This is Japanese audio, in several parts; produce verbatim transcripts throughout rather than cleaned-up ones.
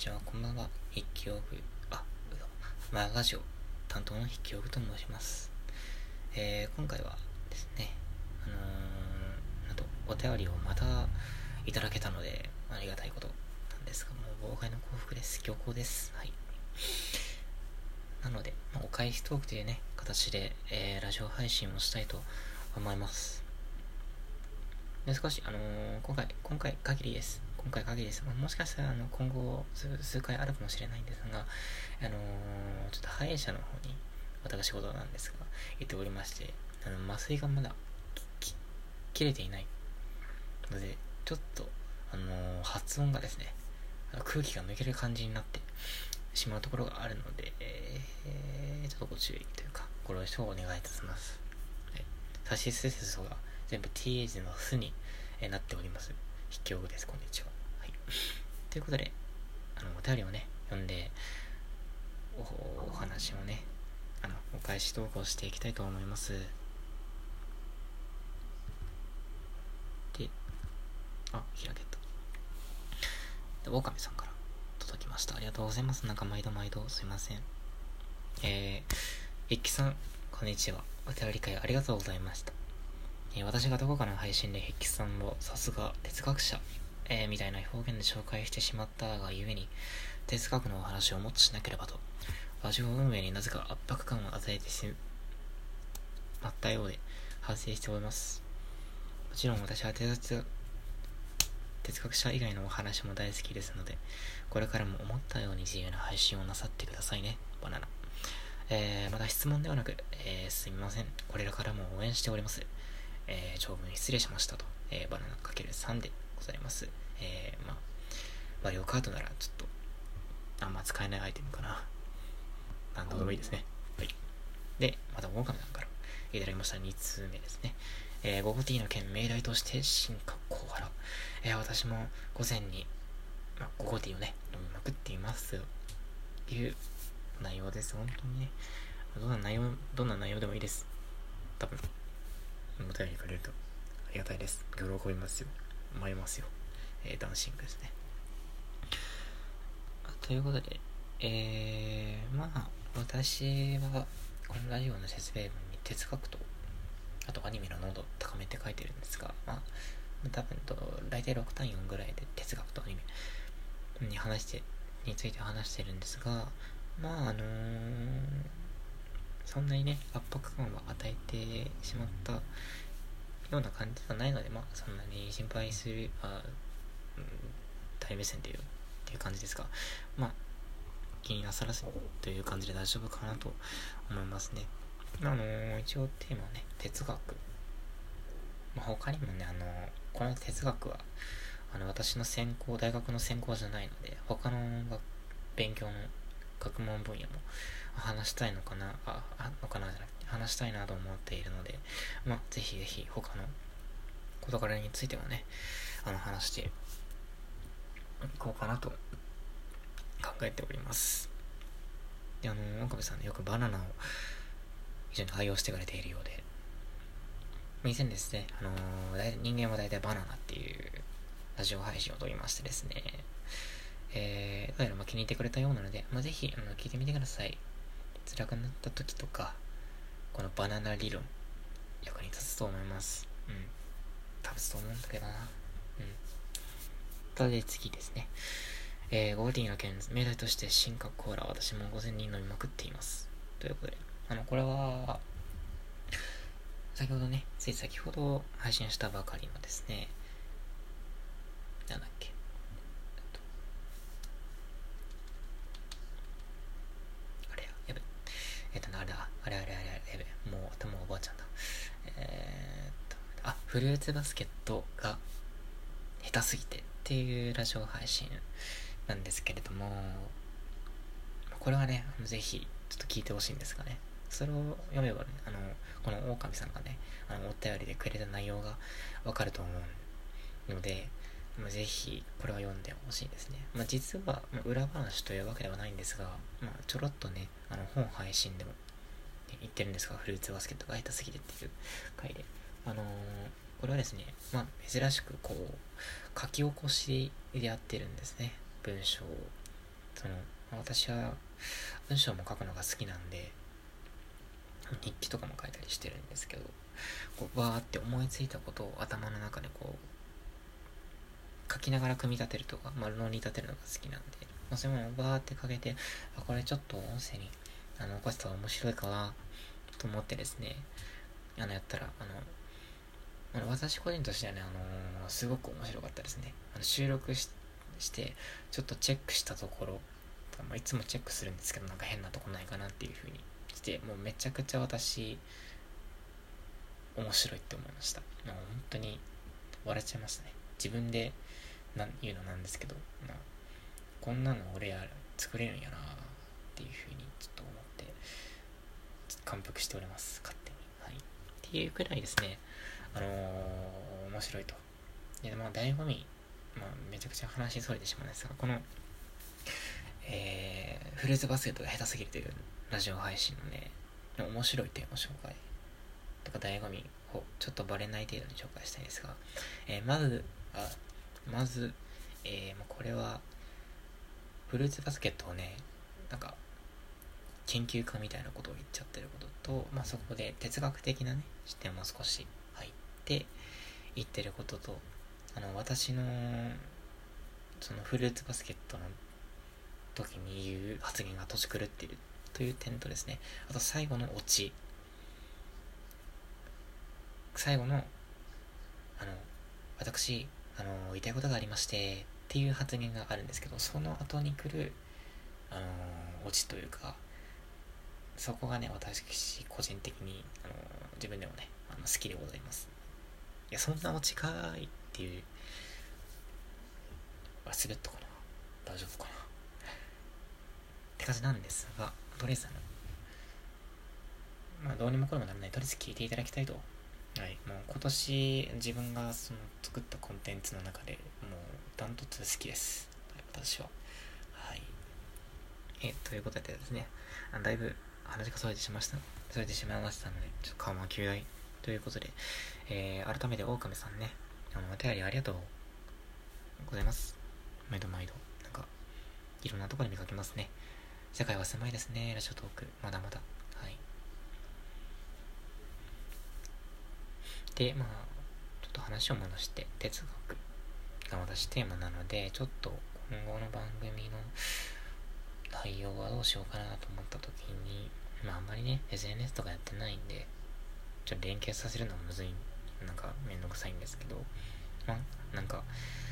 ちは、こんばんは。筆記用具、あ、まあ、ラジオ担当の筆記用具と申します。えー、今回はですね、あのー、なんと、お便りをまたいただけたので、ありがたいことなんですが、もう、妨害の幸福です。強行です。はい。なので、まあ、お返しトークというね、形で、えー、ラジオ配信をしたいと思います。で少し、あのー、今回、今回限りです。今回限りです。もしかしたら、あの、今後数、数回あるかもしれないんですが、あのー、ちょっと歯医者の方に、私事なんですが、行っておりまして、あの、麻酔がまだ、き、き切れていないので、ちょっと、あのー、発音がですね、空気が抜ける感じになってしまうところがあるので、えー、ちょっとご注意というか、ご了承をお願いいたします。はい。さしすせそが全部 ティーエイチ のすになっております。筆記用具です。こんにちは。はい。ということで、あの、お便りをね、読んで、お、お話をね、あの、お返し投稿していきたいと思います。で、あ、開けた。で、狼さんから届きました。ありがとうございます。なんか毎度毎度すいません。えー、一輝さん、こんにちは。お便り会ありがとうございました。えー、私がどこかの配信で筆記さんをさすが哲学者、えー、みたいな表現で紹介してしまったがゆえに、哲学のお話をもっとしなければと、ラジオ運営になぜか圧迫感を与えてしまったようで、反省しております。もちろん私は哲学哲学者以外のお話も大好きですので、これからも思ったように自由な配信をなさってくださいね、バナナ。えー、また質問ではなく、えー、すみません。これらからも応援しております。えー、長文失礼しましたと、えー、バナナ ×さん でございます。えー、まあ、マリオカートならちょっと、あんま使えないアイテムかな。なんとでもいいですね。はい。で、また、オオカミさんからいただきましたにつうめですね。えー、午後 T の件、命題として進化小原。えー、私も午前に、まあ、午後 T をね、飲みまくっていますよ。いう内容です。本当にね。どんな内容、どんな内容でもいいです。多分、お便りくれるとありがたいです。喜びますよ。迷いますよ。えー、ダンシングですね。ということで、えー、まあ、私は、このラジオの説明文に哲学と、あとアニメの濃度を高めて書いてるんですが、まあ、多分と、大体ろく単位よんぐらいで哲学とアニメに話して、について話してるんですが、まあ、あのー、そんなにね、圧迫感を与えてしまったような感じではないので、まあ、そんなに心配する、あ、うん、大目線という、っていう感じですが、まあ、気になさらずという感じで大丈夫かなと思いますね。あのー、一応テーマはね、哲学。まあ、他にもね、あのー、この哲学は、あの、私の専攻、大学の専攻じゃないので、他の勉強の学問分野も話したいのかな、あ、あのかなじゃなくて、話したいなと思っているので、まあ、ぜひぜひ他の事柄についてもね、あの、話していこうかなと考えております。で、あの、岡部さんね、よくバナナを非常に愛用してくれているようで、以前ですね、あのー、人間は大体バナナっていうラジオ配信を撮りましてですね、えー、どうやらまあ気に入ってくれたようなので、まあ、ぜひあの聞いてみてください。辛くなった時とか、このバナナ理論、役に立つと思います。うん。立つと思うんだけどな。うん。ただ次ですね。えー、ゴールディーの件、命題として進化コーラ、私もごせんにん飲みまくっています。ということで、あの、これは、先ほどね、つい先ほど配信したばかりのですね、なんだっけ、あれや、やべ、えっと、あれだ、あれあれあれあれ、やべ、もう頭おばあちゃんだ。えー、っと、あ、フルーツバスケットが下手すぎてっていうラジオ配信なんですけれども、これはね、ぜひちょっと聞いてほしいんですがね、それを読めばね、あの、この狼さんがね、あの、お便りでくれた内容がわかると思うので、まあ、ぜひこれは読んでほしいですね。まあ、実は、まあ、裏話というわけではないんですが、まあ、ちょろっとね、あの本配信でも、ね、言ってるんですが、フルーツバスケットが下手すぎてっていう回で、あのー、これはですね、まあ、珍しくこう書き起こしでやってるんですね、文章を。 その私は文章も書くのが好きなんで日記とかも書いたりしてるんですけど、こうわーって思いついたことを頭の中でこう書きながら組み立てるとか、まあ、論理立てるのが好きなんで、まあ、そういうものをバーってかけて、あ、これちょっと音声にあの起こしたら面白いかなと思ってですね、あのやったらあのあの私個人としてはね、あのー、すごく面白かったですね。あの収録ししてちょっとチェックしたところ、まあ、いつもチェックするんですけど、なんか変なとこないかなっていう風にして、もうめちゃくちゃ私面白いって思いました。もう本当に笑っちゃいましたね。自分でなん言うのなんですけど、まあ、こんなの俺や作れるんやなっていう風にちょっと思ってちょっと感服しております、勝手に。はい。っていうくらいですね、あのー、面白いと。で、まあ、醍醐味、まあ、めちゃくちゃ話しそれてしまうんですが、この、えー、フルーツバスケットが下手すぎるというラジオ配信のね、面白い点を紹介とか醍醐味をちょっとバレない程度に紹介したいんですが、えー、まず、あ、まず、えー、これは、フルーツバスケットをね、なんか、研究家みたいなことを言っちゃってることと、まあ、そこで哲学的なね、視点も少し入って言ってることと、あの、私の、そのフルーツバスケットの時に言う発言が年狂っているという点とですね、あと最後のオチ、最後の、あの、私、あの、言いたいことがありまして、っていう発言があるんですけど、その後に来る、あの、オチというか、そこがね、私個人的に、あの、自分でもね、あの好きでございます。いや、そんなオチかーいっていう、あ、滑ったかな、大丈夫かなって感じなんですが、とりあえずあの、まあ、どうにもこうにもならない、とりあえず聞いていただきたいと。はい、もう今年自分がその作ったコンテンツの中でもうダントツ好きです、私は。はい。えということでですね、あだいぶ話がそれてしましたそれてしまいましたので、ちょっと顔も急大ということで、えー、改めて狼さんね、あのお便りありがとうございます。毎度毎度なんかいろんなところで見かけますね。世界は狭いですね、ラジオトーク、まだまだ。はい。で、まあちょっと話を戻して、哲学が私テーマなので、ちょっと今後の番組の内容はどうしようかなと思った時に、まああんまりね エスエヌエス とかやってないんで、ちょっと連携させるのはむずい、なんかめんどくさいんですけど、まあなんか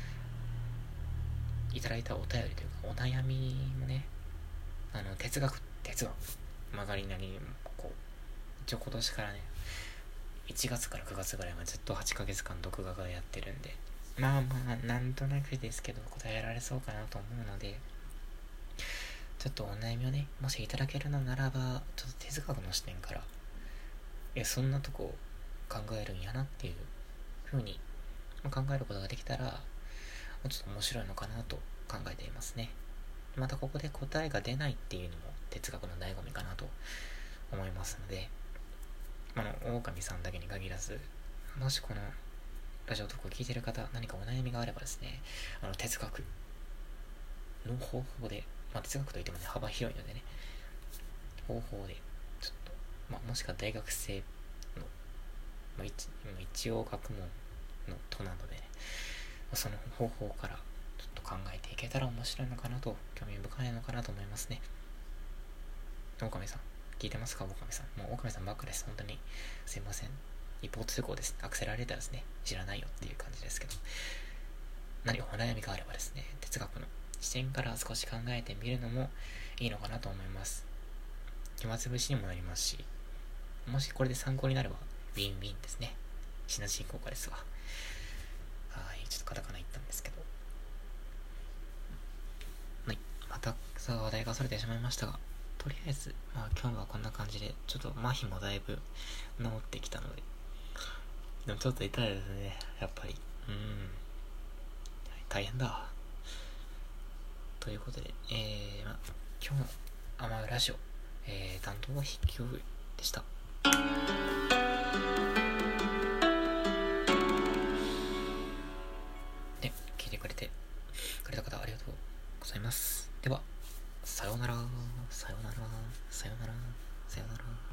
いただいたお便りというかお悩みもね、あの哲学哲学曲がりなりにこう一応今年からねいちがつからくがつぐらいまでずっとはちかげつかん独学でやってるんで、まあまあなんとなくですけど答えられそうかなと思うので、ちょっとお悩みをねもしいただけるのならば、ちょっと哲学の視点から、いやそんなとこ考えるんやなっていう風に考えることができたらちょっと面白いのかなと考えていますね。またここで答えが出ないっていうのも哲学の醍醐味かなと思いますので、あの狼さんだけに限らず、もしこのラジオトークを聞いてる方何かお悩みがあればですね、あの哲学の方法で、まあ、哲学といってもね幅広いのでね、方法でちょっと、まあ、もしくは大学生の、まあ、一, 一応学問のとなので、ね、その方法からちょっと考えていけたら面白いのかなと、興味深いのかなと思いますね。狼さん聞いてますか？狼さん、もう狼さんばっかです。本当にすいません、一方通行です。アクセラレーターですね、知らないよっていう感じですけど、何かお悩みがあればですね、哲学の視点から少し考えてみるのもいいのかなと思います。暇つぶしにもなりますし、もしこれで参考になればウィンウィンですね。シナジー効果ですわ。はい、ちょっとカタカナ言ったんですけど、はい、またさあ話題がそれてしまいましたが、とりあえず、まあ、今日はこんな感じで、ちょっと麻痺もだいぶ治ってきたので、でもちょっと痛いですね、やっぱり。うーん、大変だ。ということで、えー、まあ、今日のアマウラジオ、えー、担当は筆記用具でした。で、聞いてくれてくれた方ありがとうございます。では。 さようなら、さようなら、さようなら、さようなら。